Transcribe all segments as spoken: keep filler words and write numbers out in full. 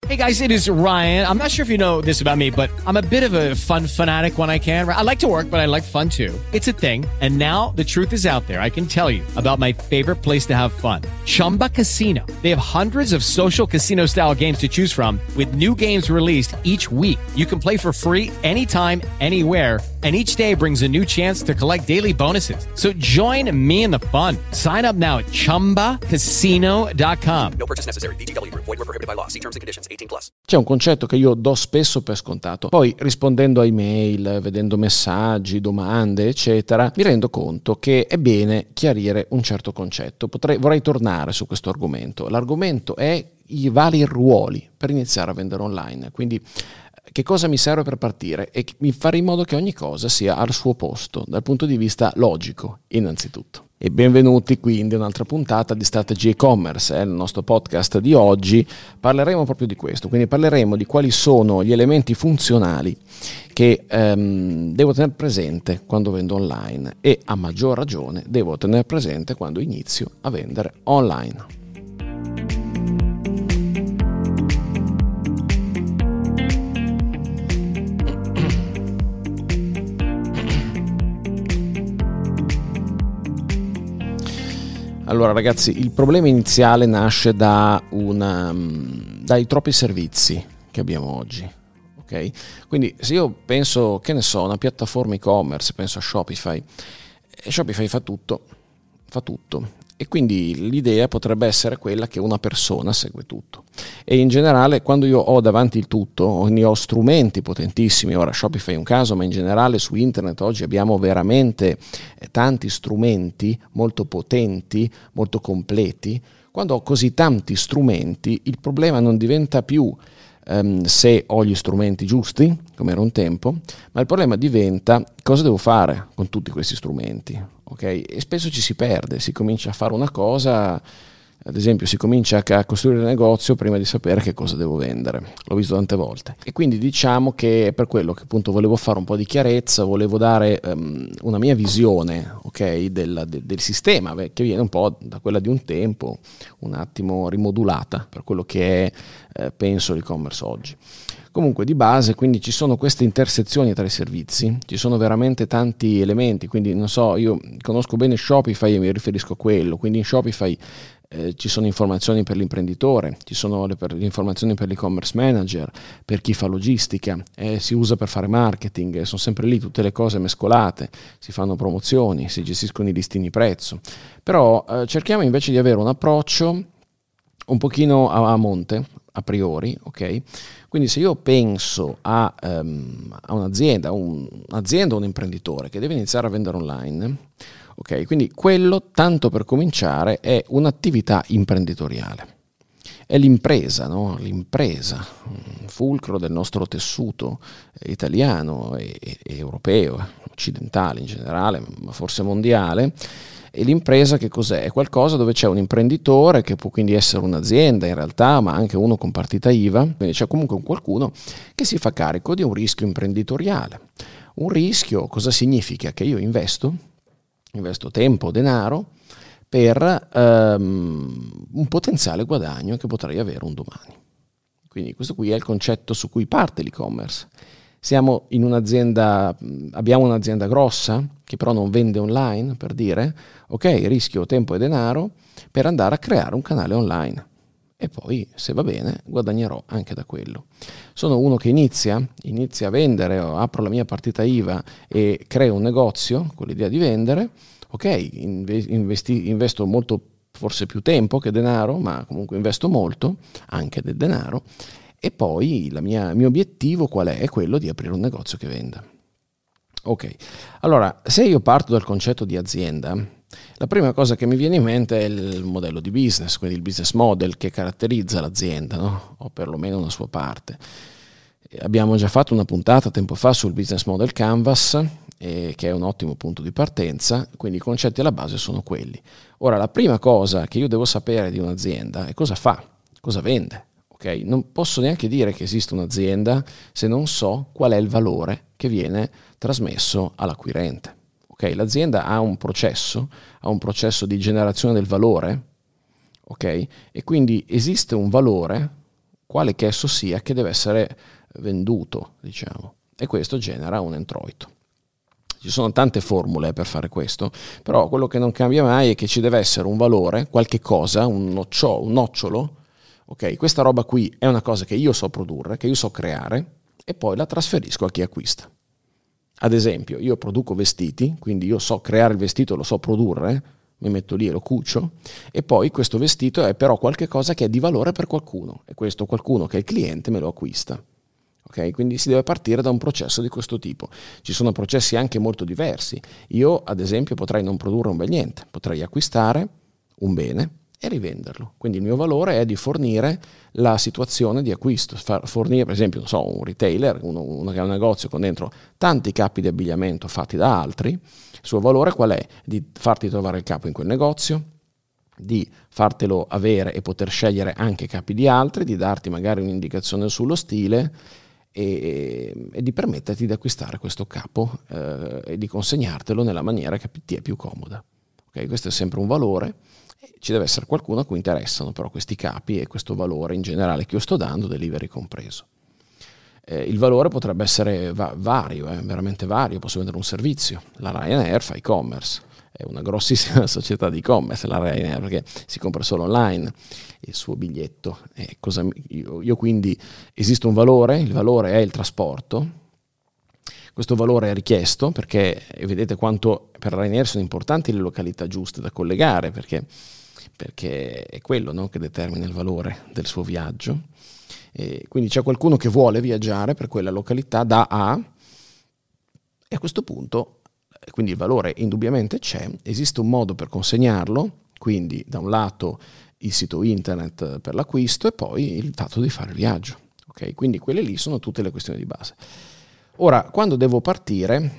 Hey guys, it is Ryan. I'm not sure if you know this about me, but I'm a bit of a fun fanatic when I can. I like to work, but I like fun too. It's a thing. And now the truth is out there. I can tell you about my favorite place to have fun. Chumba Casino. They have hundreds of social casino style games to choose from with new games released each week. You can play for free anytime, anywhere. And each day brings a new chance to collect daily bonuses. So join me in the fun. Sign up now at chumba casino dot com. No purchase necessary. V G W Group. Void where prohibited by law. See terms and conditions. eighteen plus. C'è un concetto che io do spesso per scontato. Poi rispondendo ai mail, vedendo messaggi, domande, eccetera, mi rendo conto che è bene chiarire un certo concetto. Potrei, vorrei tornare su questo argomento. L'argomento è i vari ruoli per iniziare a vendere online. Quindi che cosa mi serve per partire e fare in modo che ogni cosa sia al suo posto dal punto di vista logico, innanzitutto. E benvenuti quindi a un'altra puntata di Strategy E-commerce, è il nostro podcast di oggi. Parleremo proprio di questo, quindi parleremo di quali sono gli elementi funzionali che ehm, devo tenere presente quando vendo online e a maggior ragione devo tenere presente quando inizio a vendere online. Allora ragazzi, il problema iniziale nasce da una, dai troppi servizi che abbiamo oggi, ok? Quindi se io penso, che ne so, una piattaforma e-commerce, penso a Shopify, e Shopify fa tutto, fa tutto. E quindi l'idea potrebbe essere quella che una persona segue tutto. E in generale, quando io ho davanti il tutto, ne ho strumenti potentissimi. Ora Shopify è un caso, ma in generale su internet oggi abbiamo veramente tanti strumenti molto potenti, molto completi. Quando ho così tanti strumenti, il problema non diventa più um, se ho gli strumenti giusti, come era un tempo, ma il problema diventa cosa devo fare con tutti questi strumenti. Okay? E spesso ci si perde, si comincia a fare una cosa, ad esempio si comincia a costruire il negozio prima di sapere che cosa devo vendere, l'ho visto tante volte. E quindi diciamo che è per quello che appunto volevo fare un po' di chiarezza, volevo dare um, una mia visione, okay, del, del, del sistema, che viene un po' da quella di un tempo, un attimo rimodulata per quello che è, eh, penso, l'e-commerce oggi. Comunque di base quindi ci sono queste intersezioni tra i servizi, ci sono veramente tanti elementi, quindi non so, io conosco bene Shopify e mi riferisco a quello, quindi in Shopify eh, ci sono informazioni per l'imprenditore, ci sono le, per, le informazioni per l'e-commerce manager, per chi fa logistica, eh, si usa per fare marketing, eh, sono sempre lì tutte le cose mescolate, si fanno promozioni, si gestiscono i listini prezzo, però eh, cerchiamo invece di avere un approccio un pochino a, a monte, a priori, ok? Quindi se io penso a, um, a un'azienda, un, un'azienda o un imprenditore che deve iniziare a vendere online, ok? Quindi quello, tanto per cominciare, è un'attività imprenditoriale. È l'impresa, no? L'impresa, fulcro del nostro tessuto italiano e, e europeo, occidentale in generale, ma forse mondiale. E l'impresa che cos'è? È qualcosa dove c'è un imprenditore, che può quindi essere un'azienda in realtà, ma anche uno con partita I V A, quindi c'è comunque un qualcuno che si fa carico di un rischio imprenditoriale. Un rischio cosa significa? Che io investo, investo tempo, denaro, per um, un potenziale guadagno che potrei avere un domani. Quindi questo qui è il concetto su cui parte l'e-commerce. Siamo in un'azienda, abbiamo un'azienda grossa che però non vende online, per dire, ok, rischio tempo e denaro per andare a creare un canale online e poi, se va bene, guadagnerò anche da quello. Sono uno che inizia, inizia a vendere, o apro la mia partita I V A e creo un negozio con l'idea di vendere, ok, investi, investo molto, forse più tempo che denaro, ma comunque investo molto, anche del denaro, e poi la mia, il mio obiettivo qual è? È quello di aprire un negozio che venda. Ok, allora se io parto dal concetto di azienda, la prima cosa che mi viene in mente è il modello di business, quindi il business model che caratterizza l'azienda, no? O perlomeno una sua parte. Abbiamo già fatto una puntata tempo fa sul business model Canvas, eh, che è un ottimo punto di partenza, quindi i concetti alla base sono quelli. Ora, la prima cosa che io devo sapere di un'azienda è cosa fa, cosa vende. Okay? Non posso neanche dire che esiste un'azienda se non so qual è il valore che viene trasmesso all'acquirente. Okay? L'azienda ha un processo, ha un processo di generazione del valore, okay? E quindi esiste un valore quale che esso sia, che deve essere venduto, diciamo, e questo genera un introito. Ci sono tante formule per fare questo, però quello che non cambia mai è che ci deve essere un valore, qualche cosa, un, noccio, un nocciolo, ok? Questa roba qui è una cosa che io so produrre, che io so creare, e poi la trasferisco a chi acquista. Ad esempio, io produco vestiti, quindi io so creare il vestito, lo so produrre, mi metto lì e lo cucio, e poi questo vestito è però qualche cosa che è di valore per qualcuno, e questo qualcuno che è il cliente me lo acquista. Okay? Quindi si deve partire da un processo di questo tipo. Ci sono processi anche molto diversi. Io, ad esempio, potrei non produrre un bel niente, potrei acquistare un bene e rivenderlo. Quindi il mio valore è di fornire la situazione di acquisto, far fornire per esempio, non so, un retailer, uno, uno che ha un negozio con dentro tanti capi di abbigliamento fatti da altri. Il suo valore qual è? Di farti trovare il capo in quel negozio, di fartelo avere e poter scegliere anche capi di altri, di darti magari un'indicazione sullo stile e, e di permetterti di acquistare questo capo eh, e di consegnartelo nella maniera che ti è più comoda. Okay? Questo è sempre un valore. Ci deve essere qualcuno a cui interessano però questi capi e questo valore in generale che io sto dando, delivery compreso. Eh, il valore potrebbe essere va- vario, eh, veramente vario. Posso vendere un servizio. La Ryanair fa e-commerce, è una grossissima società di e-commerce la Ryanair, perché si compra solo online il suo biglietto. Eh, cosa, io, io quindi esiste un valore, il valore è il trasporto. Questo valore è richiesto perché e vedete quanto per Ryanair sono importanti le località giuste da collegare, perché, perché è quello, no, che determina il valore del suo viaggio. E quindi c'è qualcuno che vuole viaggiare per quella località da A e a questo punto, quindi il valore indubbiamente c'è, esiste un modo per consegnarlo, quindi da un lato il sito internet per l'acquisto e poi il fatto di fare il viaggio. Okay? Quindi quelle lì sono tutte le questioni di base. Ora, quando devo partire,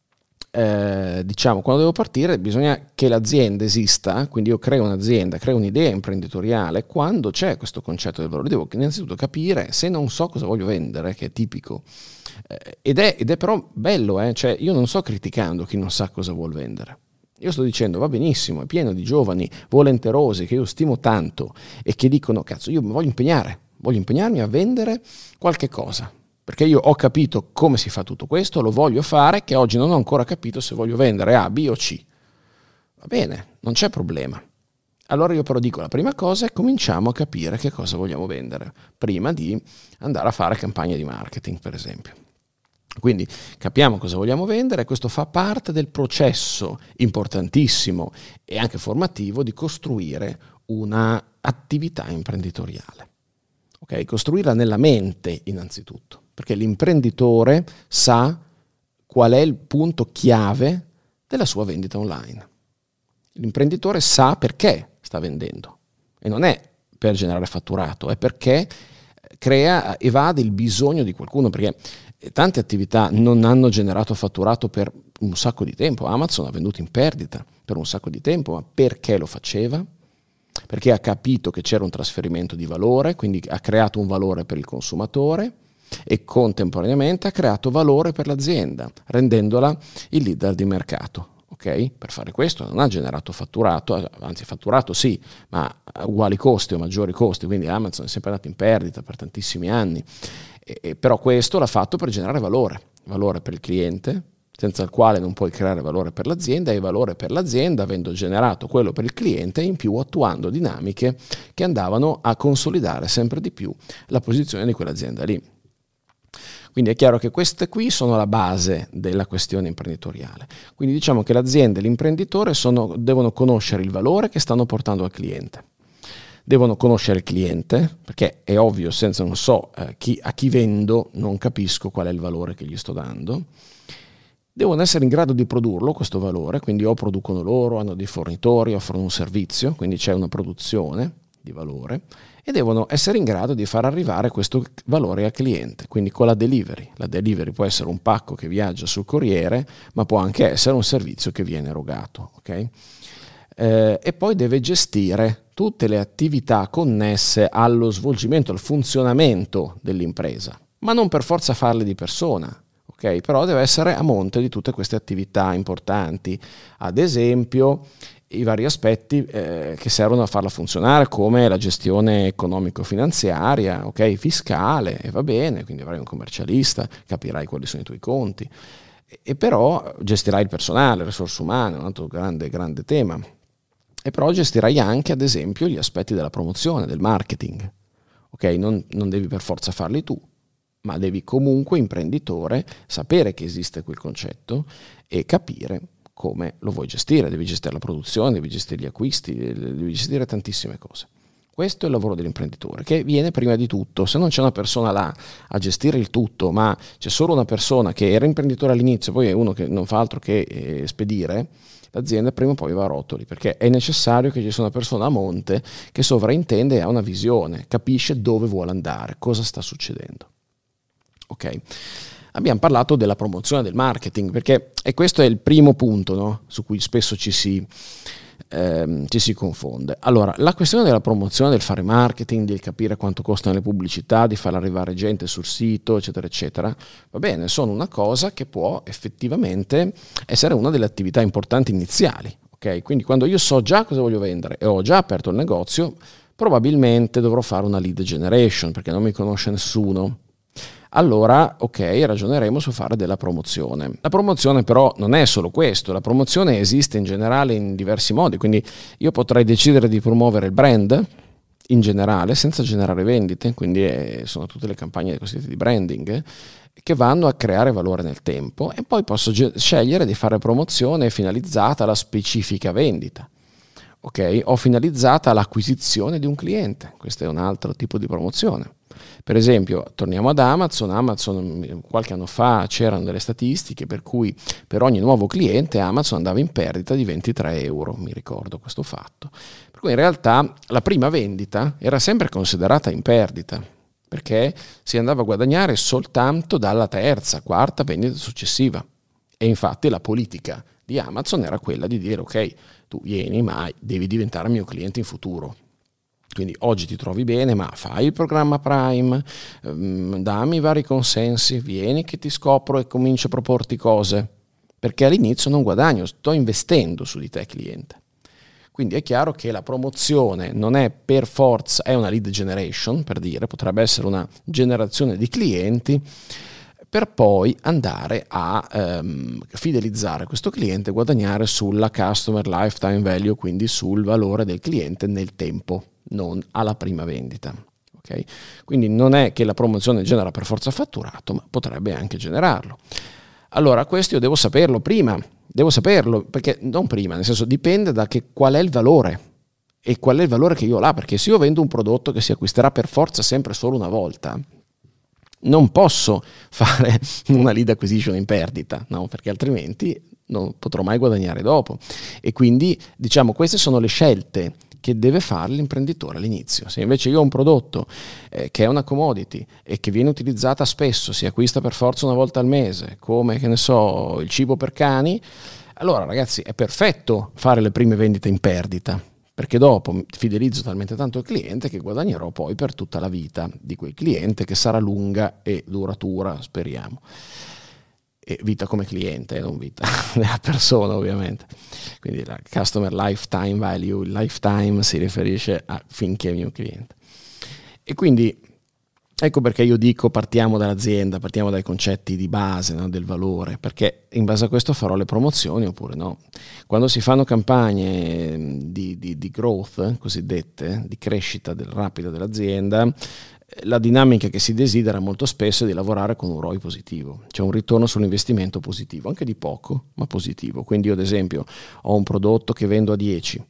eh, diciamo, quando devo partire bisogna che l'azienda esista, quindi io creo un'azienda, creo un'idea imprenditoriale, quando c'è questo concetto del valore, devo innanzitutto capire se non so cosa voglio vendere, che è tipico, eh, ed, è, ed è però bello, eh? Cioè io non sto criticando chi non sa cosa vuol vendere. Io sto dicendo va benissimo, è pieno di giovani volenterosi che io stimo tanto e che dicono cazzo io mi voglio impegnare, voglio impegnarmi a vendere qualche cosa. Perché io ho capito come si fa tutto questo, lo voglio fare, che oggi non ho ancora capito se voglio vendere A, B o C. Va bene, non c'è problema. Allora io però dico, la prima cosa è cominciamo a capire che cosa vogliamo vendere, prima di andare a fare campagne di marketing, per esempio. Quindi capiamo cosa vogliamo vendere, questo fa parte del processo importantissimo e anche formativo di costruire una attività imprenditoriale. Okay? Costruirla nella mente innanzitutto. Perché l'imprenditore sa qual è il punto chiave della sua vendita online. L'imprenditore sa perché sta vendendo e non è per generare fatturato, è perché crea, evade il bisogno di qualcuno, perché tante attività non hanno generato fatturato per un sacco di tempo. Amazon ha venduto in perdita per un sacco di tempo, ma perché lo faceva? Perché ha capito che c'era un trasferimento di valore, quindi ha creato un valore per il consumatore e contemporaneamente ha creato valore per l'azienda, rendendola il leader di mercato. Okay? Per fare questo non ha generato fatturato, anzi fatturato sì, ma a uguali costi o maggiori costi, quindi Amazon è sempre andato in perdita per tantissimi anni, e, e però questo l'ha fatto per generare valore, valore per il cliente, senza il quale non puoi creare valore per l'azienda, e valore per l'azienda avendo generato quello per il cliente, e in più attuando dinamiche che andavano a consolidare sempre di più la posizione di quell'azienda lì. Quindi è chiaro che queste qui sono la base della questione imprenditoriale. Quindi diciamo che l'azienda e l'imprenditore sono, devono conoscere il valore che stanno portando al cliente. Devono conoscere il cliente, perché è ovvio, senza non so eh, chi, a chi vendo, non capisco qual è il valore che gli sto dando. Devono essere in grado di produrlo, questo valore, quindi o producono loro, hanno dei fornitori, offrono un servizio, quindi c'è una produzione di valore, e devono essere in grado di far arrivare questo valore al cliente, quindi con la delivery. La delivery può essere un pacco che viaggia sul corriere, ma può anche essere un servizio che viene erogato. Okay? Eh, e poi deve gestire tutte le attività connesse allo svolgimento, al funzionamento dell'impresa, ma non per forza farle di persona. Okay? Però deve essere a monte di tutte queste attività importanti, ad esempio i vari aspetti eh, che servono a farla funzionare, come la gestione economico-finanziaria, ok, fiscale, e va bene, quindi avrai un commercialista, capirai quali sono i tuoi conti, e, e però gestirai il personale, le risorse umane, un altro grande, grande tema, e però gestirai anche, ad esempio, gli aspetti della promozione, del marketing, ok, non, non devi per forza farli tu, ma devi comunque, imprenditore, sapere che esiste quel concetto e capire come lo vuoi gestire. Devi gestire la produzione, devi gestire gli acquisti, devi gestire tantissime cose. Questo è il lavoro dell'imprenditore, che viene prima di tutto. Se non c'è una persona là a gestire il tutto, ma c'è solo una persona che era imprenditore all'inizio, poi è uno che non fa altro che eh, spedire, l'azienda prima o poi va a rotoli, perché è necessario che ci sia una persona a monte che sovraintende e ha una visione, capisce dove vuole andare, cosa sta succedendo. Ok? Abbiamo parlato della promozione, del marketing, perché e questo è il primo punto, no? Su cui spesso ci si, ehm, ci si confonde. Allora, la questione della promozione, del fare marketing, di capire quanto costano le pubblicità, di far arrivare gente sul sito, eccetera, eccetera, va bene, sono una cosa che può effettivamente essere una delle attività importanti iniziali. Okay? Quindi quando io so già cosa voglio vendere e ho già aperto il negozio, probabilmente dovrò fare una lead generation, perché non mi conosce nessuno. Allora, ok, ragioneremo su fare della promozione. La promozione però non è solo questo, la promozione esiste in generale in diversi modi, quindi io potrei decidere di promuovere il brand in generale senza generare vendite, quindi eh, sono tutte le campagne cosiddette di branding eh, che vanno a creare valore nel tempo, e poi posso ge- scegliere di fare promozione finalizzata alla specifica vendita. Ok, o finalizzata all'acquisizione di un cliente, questo è un altro tipo di promozione. Per esempio, torniamo ad Amazon. Amazon qualche anno fa c'erano delle statistiche per cui per ogni nuovo cliente Amazon andava in perdita di ventitré euro, mi ricordo questo fatto. Per cui in realtà la prima vendita era sempre considerata in perdita, perché si andava a guadagnare soltanto dalla terza, quarta vendita successiva. E infatti la politica di Amazon era quella di dire ok, tu vieni ma devi diventare mio cliente in futuro. Quindi oggi ti trovi bene, ma fai il programma Prime, ehm, dammi i vari consensi, vieni che ti scopro e comincio a proporti cose, perché all'inizio non guadagno, sto investendo su di te cliente. Quindi è chiaro che la promozione non è per forza, è una lead generation, per dire, potrebbe essere una generazione di clienti, per poi andare a ehm, fidelizzare questo cliente, guadagnare sulla customer lifetime value, quindi sul valore del cliente nel tempo, non alla prima vendita. Okay? Quindi non è che la promozione genera per forza fatturato, ma potrebbe anche generarlo. Allora questo io devo saperlo prima, devo saperlo, perché non prima, nel senso dipende da che, qual è il valore e qual è il valore che io ho là, perché se io vendo un prodotto che si acquisterà per forza sempre solo una volta, non posso fare una lead acquisition in perdita, no? Perché altrimenti non potrò mai guadagnare dopo. E quindi diciamo queste sono le scelte che deve fare l'imprenditore all'inizio. Se invece io ho un prodotto eh, che è una commodity e che viene utilizzata spesso, si acquista per forza una volta al mese, come che ne so, il cibo per cani, allora ragazzi è perfetto fare le prime vendite in perdita, perché dopo fidelizzo talmente tanto il cliente che guadagnerò poi per tutta la vita di quel cliente, che sarà lunga e duratura, speriamo. E vita come cliente, non vita della persona ovviamente. Quindi la customer lifetime value, il lifetime si riferisce a finché è mio cliente. E quindi ecco perché io dico partiamo dall'azienda, partiamo dai concetti di base, no, del valore, perché in base a questo farò le promozioni oppure no. Quando si fanno campagne di, di, di growth, cosiddette, di crescita del, rapida dell'azienda, la dinamica che si desidera molto spesso è di lavorare con un R O I positivo, cioè un ritorno sull'investimento positivo, anche di poco, ma positivo. Quindi io ad esempio ho un prodotto che vendo a dieci,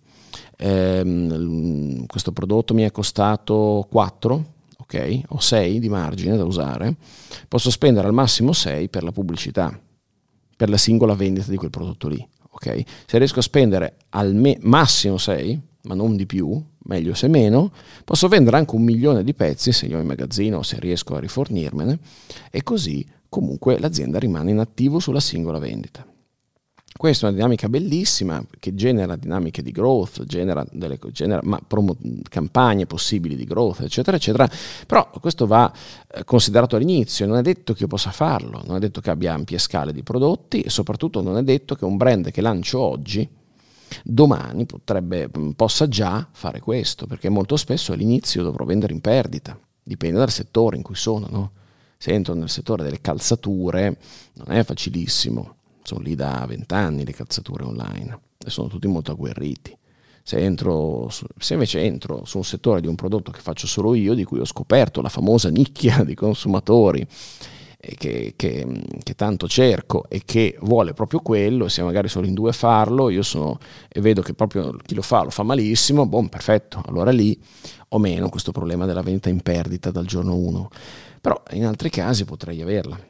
ehm, questo prodotto mi è costato quattro, ok, ho sei di margine da usare, posso spendere al massimo sei per la pubblicità, per la singola vendita di quel prodotto lì, ok? Se riesco a spendere al me- massimo sei, ma non di più, meglio se meno, posso vendere anche un milione di pezzi se io ho in magazzino o se riesco a rifornirmene, e così comunque l'azienda rimane in attivo sulla singola vendita. Questa è una dinamica bellissima che genera dinamiche di growth, genera delle genera, ma promo, campagne possibili di growth, eccetera, eccetera. Però questo va eh, considerato all'inizio, non è detto che io possa farlo, non è detto che abbia ampie scale di prodotti e soprattutto non è detto che un brand che lancio oggi domani potrebbe, possa già fare questo, perché molto spesso all'inizio dovrò vendere in perdita, dipende dal settore in cui sono, no? Se entro nel settore delle calzature non è facilissimo, sono lì da vent'anni le calzature online e sono tutti molto agguerriti. Se, entro, se invece entro su un settore di un prodotto che faccio solo io, di cui ho scoperto la famosa nicchia di consumatori Che, che, che tanto cerco e che vuole proprio quello, se magari sono in due a farlo, io sono e vedo che proprio chi lo fa lo fa malissimo, buon, perfetto, allora lì ho meno questo problema della vendita in perdita dal giorno uno, però in altri casi potrei averla.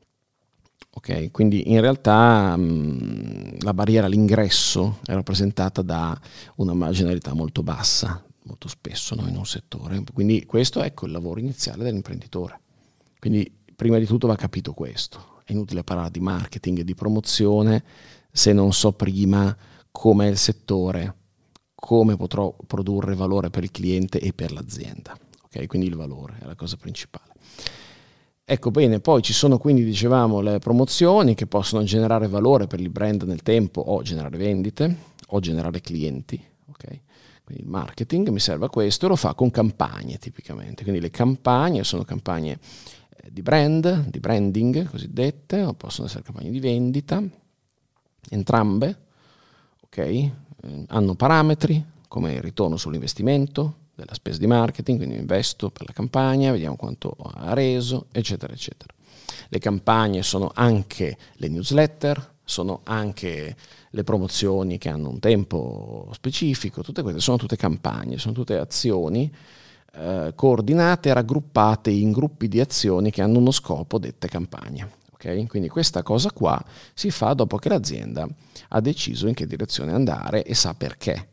Ok, quindi in realtà mh, la barriera all'ingresso è rappresentata da una marginalità molto bassa, molto spesso, no, in un settore, quindi questo è ecco il lavoro iniziale dell'imprenditore. Quindi prima di tutto va capito questo. È inutile parlare di marketing e di promozione se non so prima com'è il settore, come potrò produrre valore per il cliente e per l'azienda. Okay? Quindi il valore è la cosa principale. Ecco bene, poi ci sono quindi, dicevamo, le promozioni che possono generare valore per il brand nel tempo o generare vendite o generare clienti. Okay? Quindi il marketing mi serve a questo e lo fa con campagne tipicamente. Quindi le campagne sono campagne di brand, di branding cosiddette, o possono essere campagne di vendita, entrambe, ok? Eh, hanno parametri come il ritorno sull'investimento della spesa di marketing, quindi investo per la campagna, vediamo quanto ha reso, eccetera, eccetera. Le campagne sono anche le newsletter, sono anche le promozioni che hanno un tempo specifico, tutte queste sono tutte campagne, sono tutte azioni Eh, coordinate e raggruppate in gruppi di azioni che hanno uno scopo, dette campagne. Okay? Quindi questa cosa qua si fa dopo che l'azienda ha deciso in che direzione andare e sa perché.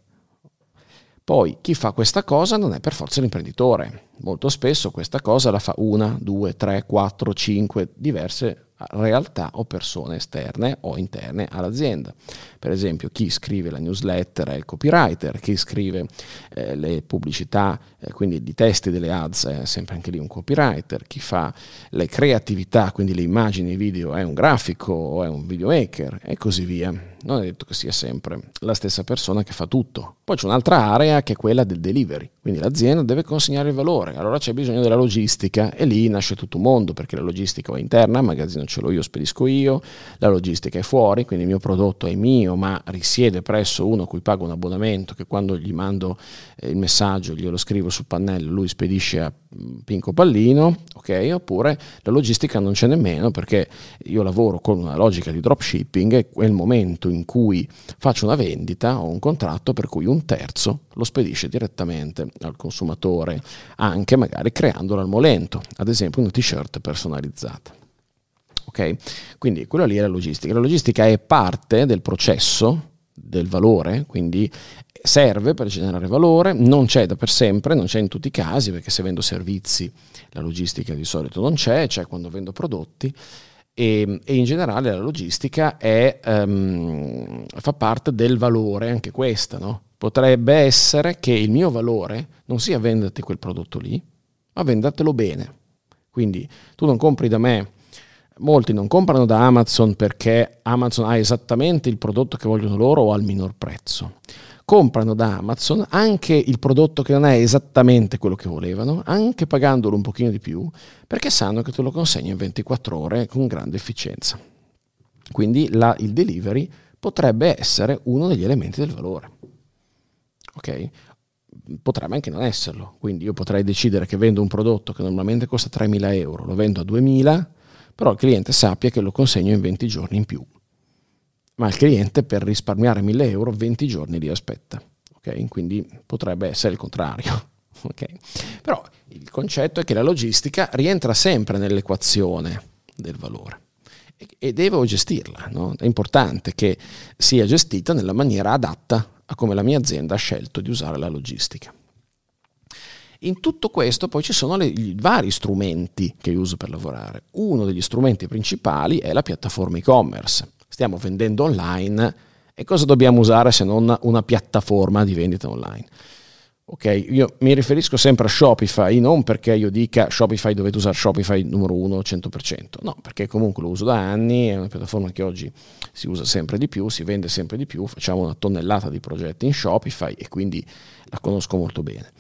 Poi chi fa questa cosa non è per forza l'imprenditore. Molto spesso questa cosa la fa una, due, tre, quattro, cinque diverse realtà o persone esterne o interne all'azienda. Per esempio chi scrive la newsletter è il copywriter, chi scrive eh, le pubblicità, eh, quindi i testi delle ads è sempre anche lì un copywriter, chi fa le creatività, quindi le immagini e i video è un grafico o è un videomaker e così via. Non è detto che sia sempre la stessa persona che fa tutto. Poi c'è un'altra area che è quella del delivery, quindi l'azienda deve consegnare il valore, allora c'è bisogno della logistica e lì nasce tutto un mondo, perché la logistica è interna, il magazzino ce l'ho io, spedisco io, la logistica è fuori, quindi il mio prodotto è mio ma risiede presso uno a cui pago un abbonamento che quando gli mando il messaggio glielo scrivo sul pannello, lui spedisce a Pinco Pallino, ok? Oppure la logistica non c'è nemmeno, perché io lavoro con una logica di dropshipping e è il momento in cui faccio una vendita o un contratto per cui un terzo lo spedisce direttamente al consumatore, anche magari creandolo al momento, ad esempio una t-shirt personalizzata. Ok? Quindi quella lì è la logistica. La logistica è parte del processo del valore, quindi serve per generare valore, non c'è da per sempre, non c'è in tutti i casi, perché se vendo servizi la logistica di solito non c'è, c'è quando vendo prodotti e, e in generale la logistica è, um, fa parte del valore, anche questa, no? Potrebbe essere che il mio valore non sia venderti quel prodotto lì, ma vendertelo bene. Quindi tu non compri da me, molti non comprano da Amazon perché Amazon ha esattamente il prodotto che vogliono loro o al minor prezzo. Comprano da Amazon anche il prodotto che non è esattamente quello che volevano, anche pagandolo un pochino di più, perché sanno che te lo consegno in ventiquattro ore con grande efficienza. Quindi la, il delivery potrebbe essere uno degli elementi del valore. Ok? Potrebbe anche non esserlo, quindi io potrei decidere che vendo un prodotto che normalmente costa tremila euro, lo vendo a duemila, però il cliente sappia che lo consegno in venti giorni in più. Ma il cliente per risparmiare mille euro venti giorni li aspetta, ok? Quindi potrebbe essere il contrario, ok? Però il concetto è che la logistica rientra sempre nell'equazione del valore e devo gestirla, no? È importante che sia gestita nella maniera adatta a come la mia azienda ha scelto di usare la logistica. In tutto questo poi ci sono le, i vari strumenti che io uso per lavorare. Uno degli strumenti principali è la piattaforma e-commerce. Stiamo vendendo online e cosa dobbiamo usare se non una piattaforma di vendita online? Ok, io mi riferisco sempre a Shopify, non perché io dica Shopify dovete usare Shopify numero uno cento per cento, no, perché comunque lo uso da anni, è una piattaforma che oggi si usa sempre di più, si vende sempre di più, facciamo una tonnellata di progetti in Shopify e quindi la conosco molto bene.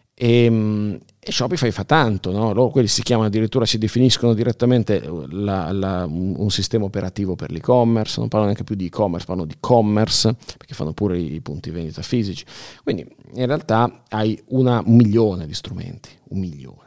E, e Shopify fa tanto, no? Loro quelli si chiamano addirittura, si definiscono direttamente la, la, un sistema operativo per l'e-commerce, non parlano neanche più di e-commerce, parlano di commerce, perché fanno pure i punti vendita fisici. Quindi in realtà hai una, un milione di strumenti, un milione.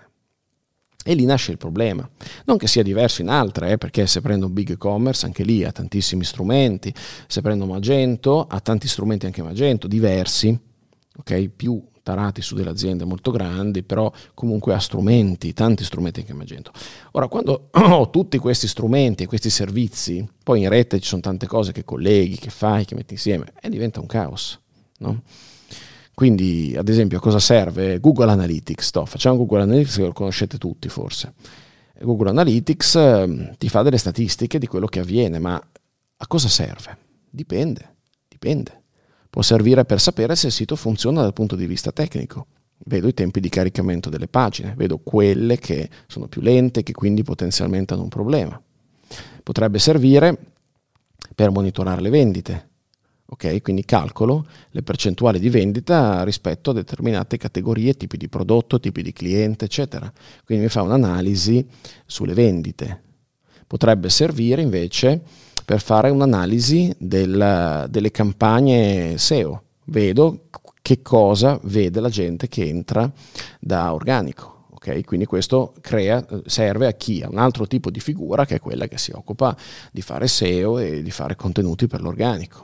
E lì nasce il problema, non che sia diverso in altre, eh, perché se prendo un big e-commerce anche lì ha tantissimi strumenti, se prendo Magento ha tanti strumenti anche Magento, diversi, ok, più tarati su delle aziende molto grandi, però comunque ha strumenti, tanti strumenti anche Magento. Ora, quando ho tutti questi strumenti e questi servizi, poi in rete ci sono tante cose che colleghi, che fai, che metti insieme, e diventa un caos, no? Quindi, ad esempio, a cosa serve Google Analytics? No, facciamo Google Analytics, che lo conoscete tutti forse. Google Analytics eh, ti fa delle statistiche di quello che avviene, ma a cosa serve? Dipende, dipende. Può servire per sapere se il sito funziona dal punto di vista tecnico. Vedo i tempi di caricamento delle pagine, vedo quelle che sono più lente, che quindi potenzialmente hanno un problema. Potrebbe servire per monitorare le vendite. Ok, quindi calcolo le percentuali di vendita rispetto a determinate categorie, tipi di prodotto, tipi di cliente, eccetera. Quindi mi fa un'analisi sulle vendite. Potrebbe servire invece per fare un'analisi del, delle campagne S E O. Vedo che cosa vede la gente che entra da organico. Okay? Quindi questo crea, serve a chi ha un altro tipo di figura, che è quella che si occupa di fare S E O e di fare contenuti per l'organico.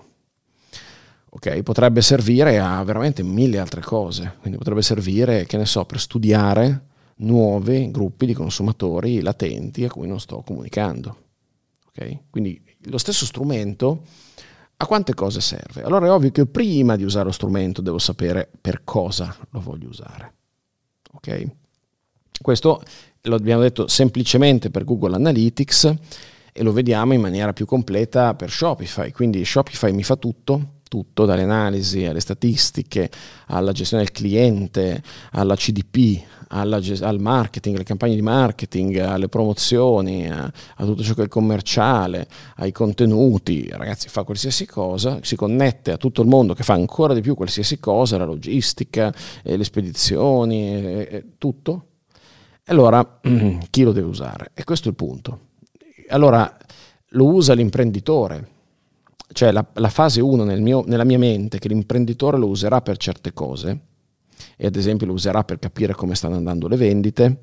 Okay? Potrebbe servire a veramente mille altre cose. Quindi potrebbe servire, che ne so, per studiare nuovi gruppi di consumatori latenti a cui non sto comunicando. Okay? Quindi lo stesso strumento a quante cose serve? Allora è ovvio che prima di usare lo strumento devo sapere per cosa lo voglio usare. Ok? Questo lo abbiamo detto semplicemente per Google Analytics e lo vediamo in maniera più completa per Shopify. Quindi Shopify mi fa tutto, tutto, dalle analisi alle statistiche, alla gestione del cliente, alla C D P, alla, al marketing, alle campagne di marketing, alle promozioni, a, a tutto ciò che è commerciale, ai contenuti. Ragazzi, fa qualsiasi cosa, si connette a tutto il mondo che fa ancora di più qualsiasi cosa, la logistica, eh, le spedizioni, eh, eh, tutto. E allora chi lo deve usare? E questo è il punto. Allora lo usa l'imprenditore. Cioè la, la fase uno nel mio, nella mia mente, che l'imprenditore lo userà per certe cose, e ad esempio lo userà per capire come stanno andando le vendite,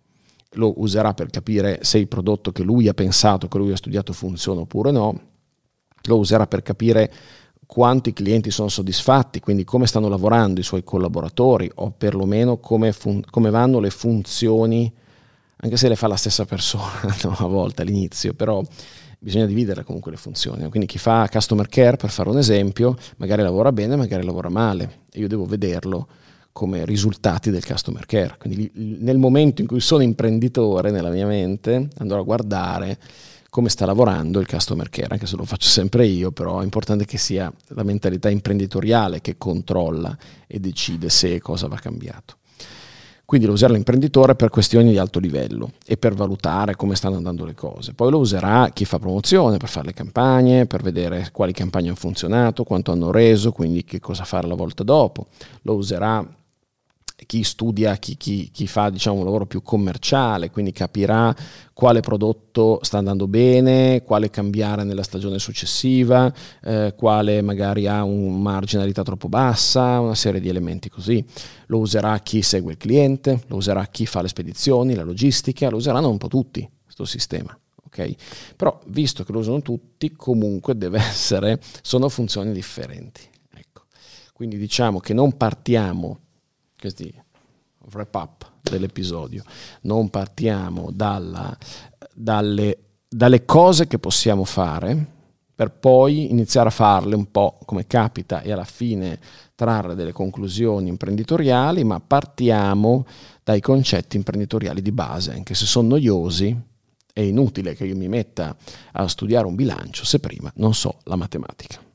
lo userà per capire se il prodotto che lui ha pensato, che lui ha studiato funziona oppure no, lo userà per capire quanti clienti sono soddisfatti, quindi come stanno lavorando i suoi collaboratori, o perlomeno come, fun- come vanno le funzioni, anche se le fa la stessa persona no, a volte all'inizio, però bisogna dividere comunque le funzioni. Quindi chi fa customer care, per fare un esempio, magari lavora bene, magari lavora male, e io devo vederlo come risultati del customer care. Quindi nel momento in cui sono imprenditore, nella mia mente, andrò a guardare come sta lavorando il customer care, anche se lo faccio sempre io, però è importante che sia la mentalità imprenditoriale che controlla e decide se e cosa va cambiato. Quindi lo userà l'imprenditore per questioni di alto livello e per valutare come stanno andando le cose. Poi lo userà chi fa promozione per fare le campagne, per vedere quali campagne hanno funzionato, quanto hanno reso, quindi che cosa fare la volta dopo. Lo userà chi studia, chi, chi, chi fa diciamo un lavoro più commerciale, quindi capirà quale prodotto sta andando bene, quale cambiare nella stagione successiva, eh, quale magari ha una marginalità troppo bassa, una serie di elementi così. Lo userà chi segue il cliente, lo userà chi fa le spedizioni, la logistica, lo useranno un po' tutti questo sistema. Okay? Però visto che lo usano tutti, comunque deve essere, sono funzioni differenti. Ecco. Quindi diciamo che non partiamo, questi wrap up dell'episodio, non partiamo dalla, dalle, dalle cose che possiamo fare per poi iniziare a farle un po' come capita e alla fine trarre delle conclusioni imprenditoriali, ma partiamo dai concetti imprenditoriali di base, anche se sono noiosi. È inutile che io mi metta a studiare un bilancio se prima non so la matematica.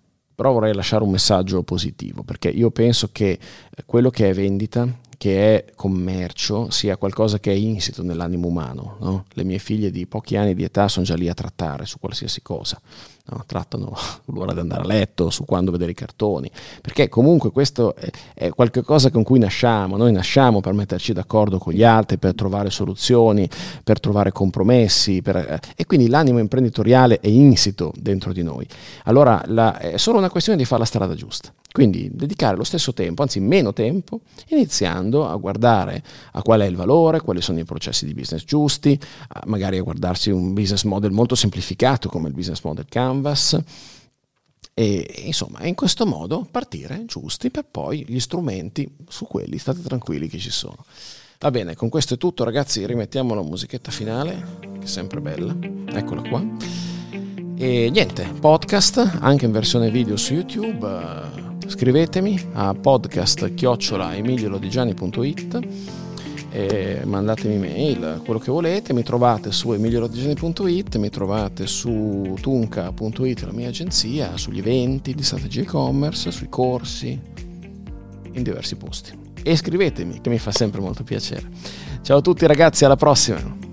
però vorrei lasciare un messaggio positivo, perché io penso che quello che è vendita, che è commercio, sia qualcosa che è insito nell'animo umano, no? Le mie figlie di pochi anni di età sono già lì a trattare su qualsiasi cosa, no? Trattano l'ora di andare a letto, su quando vedere i cartoni, perché comunque questo è, è qualcosa con cui nasciamo. Noi nasciamo per metterci d'accordo con gli altri, per trovare soluzioni, per trovare compromessi, per, e quindi l'animo imprenditoriale è insito dentro di noi. Allora la, è solo una questione di fare la strada giusta. Quindi dedicare lo stesso tempo, anzi meno tempo, iniziando a guardare a qual è il valore, quali sono i processi di business giusti, magari a guardarsi un business model molto semplificato come il business model Canvas, e insomma in questo modo partire giusti per poi gli strumenti, su quelli state tranquilli che ci sono. Va bene, con questo è tutto ragazzi, rimettiamo la musichetta finale, che è sempre bella, eccola qua. E niente, podcast anche in versione video su YouTube. Scrivetemi a podcast chiocciola emiliolodigiani punto it, e mandatemi mail, quello che volete. Mi trovate su emiliolodigiani punto it, mi trovate su tunca punto it, la mia agenzia, sugli eventi di strategia e-commerce, sui corsi, in diversi posti. E scrivetemi, che mi fa sempre molto piacere. Ciao a tutti ragazzi, alla prossima!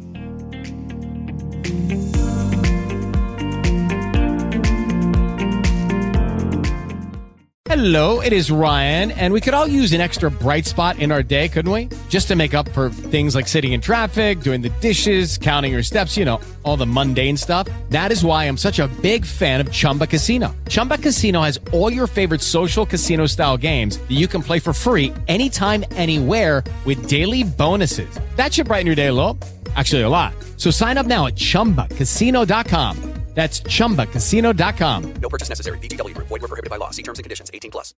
Hello, it is Ryan, and we could all use an extra bright spot in our day, couldn't we? Just to make up for things like sitting in traffic, doing the dishes, counting your steps, you know, all the mundane stuff. That is why I'm such a big fan of Chumba Casino. Chumba Casino has all your favorite social casino-style games that you can play for free anytime, anywhere with daily bonuses. That should brighten your day a little. Actually, a lot. So sign up now at chumba casino dot com. That's chumba casino dot com. No purchase necessary. V G W Group. Void where prohibited by law. See terms and conditions. eighteen plus.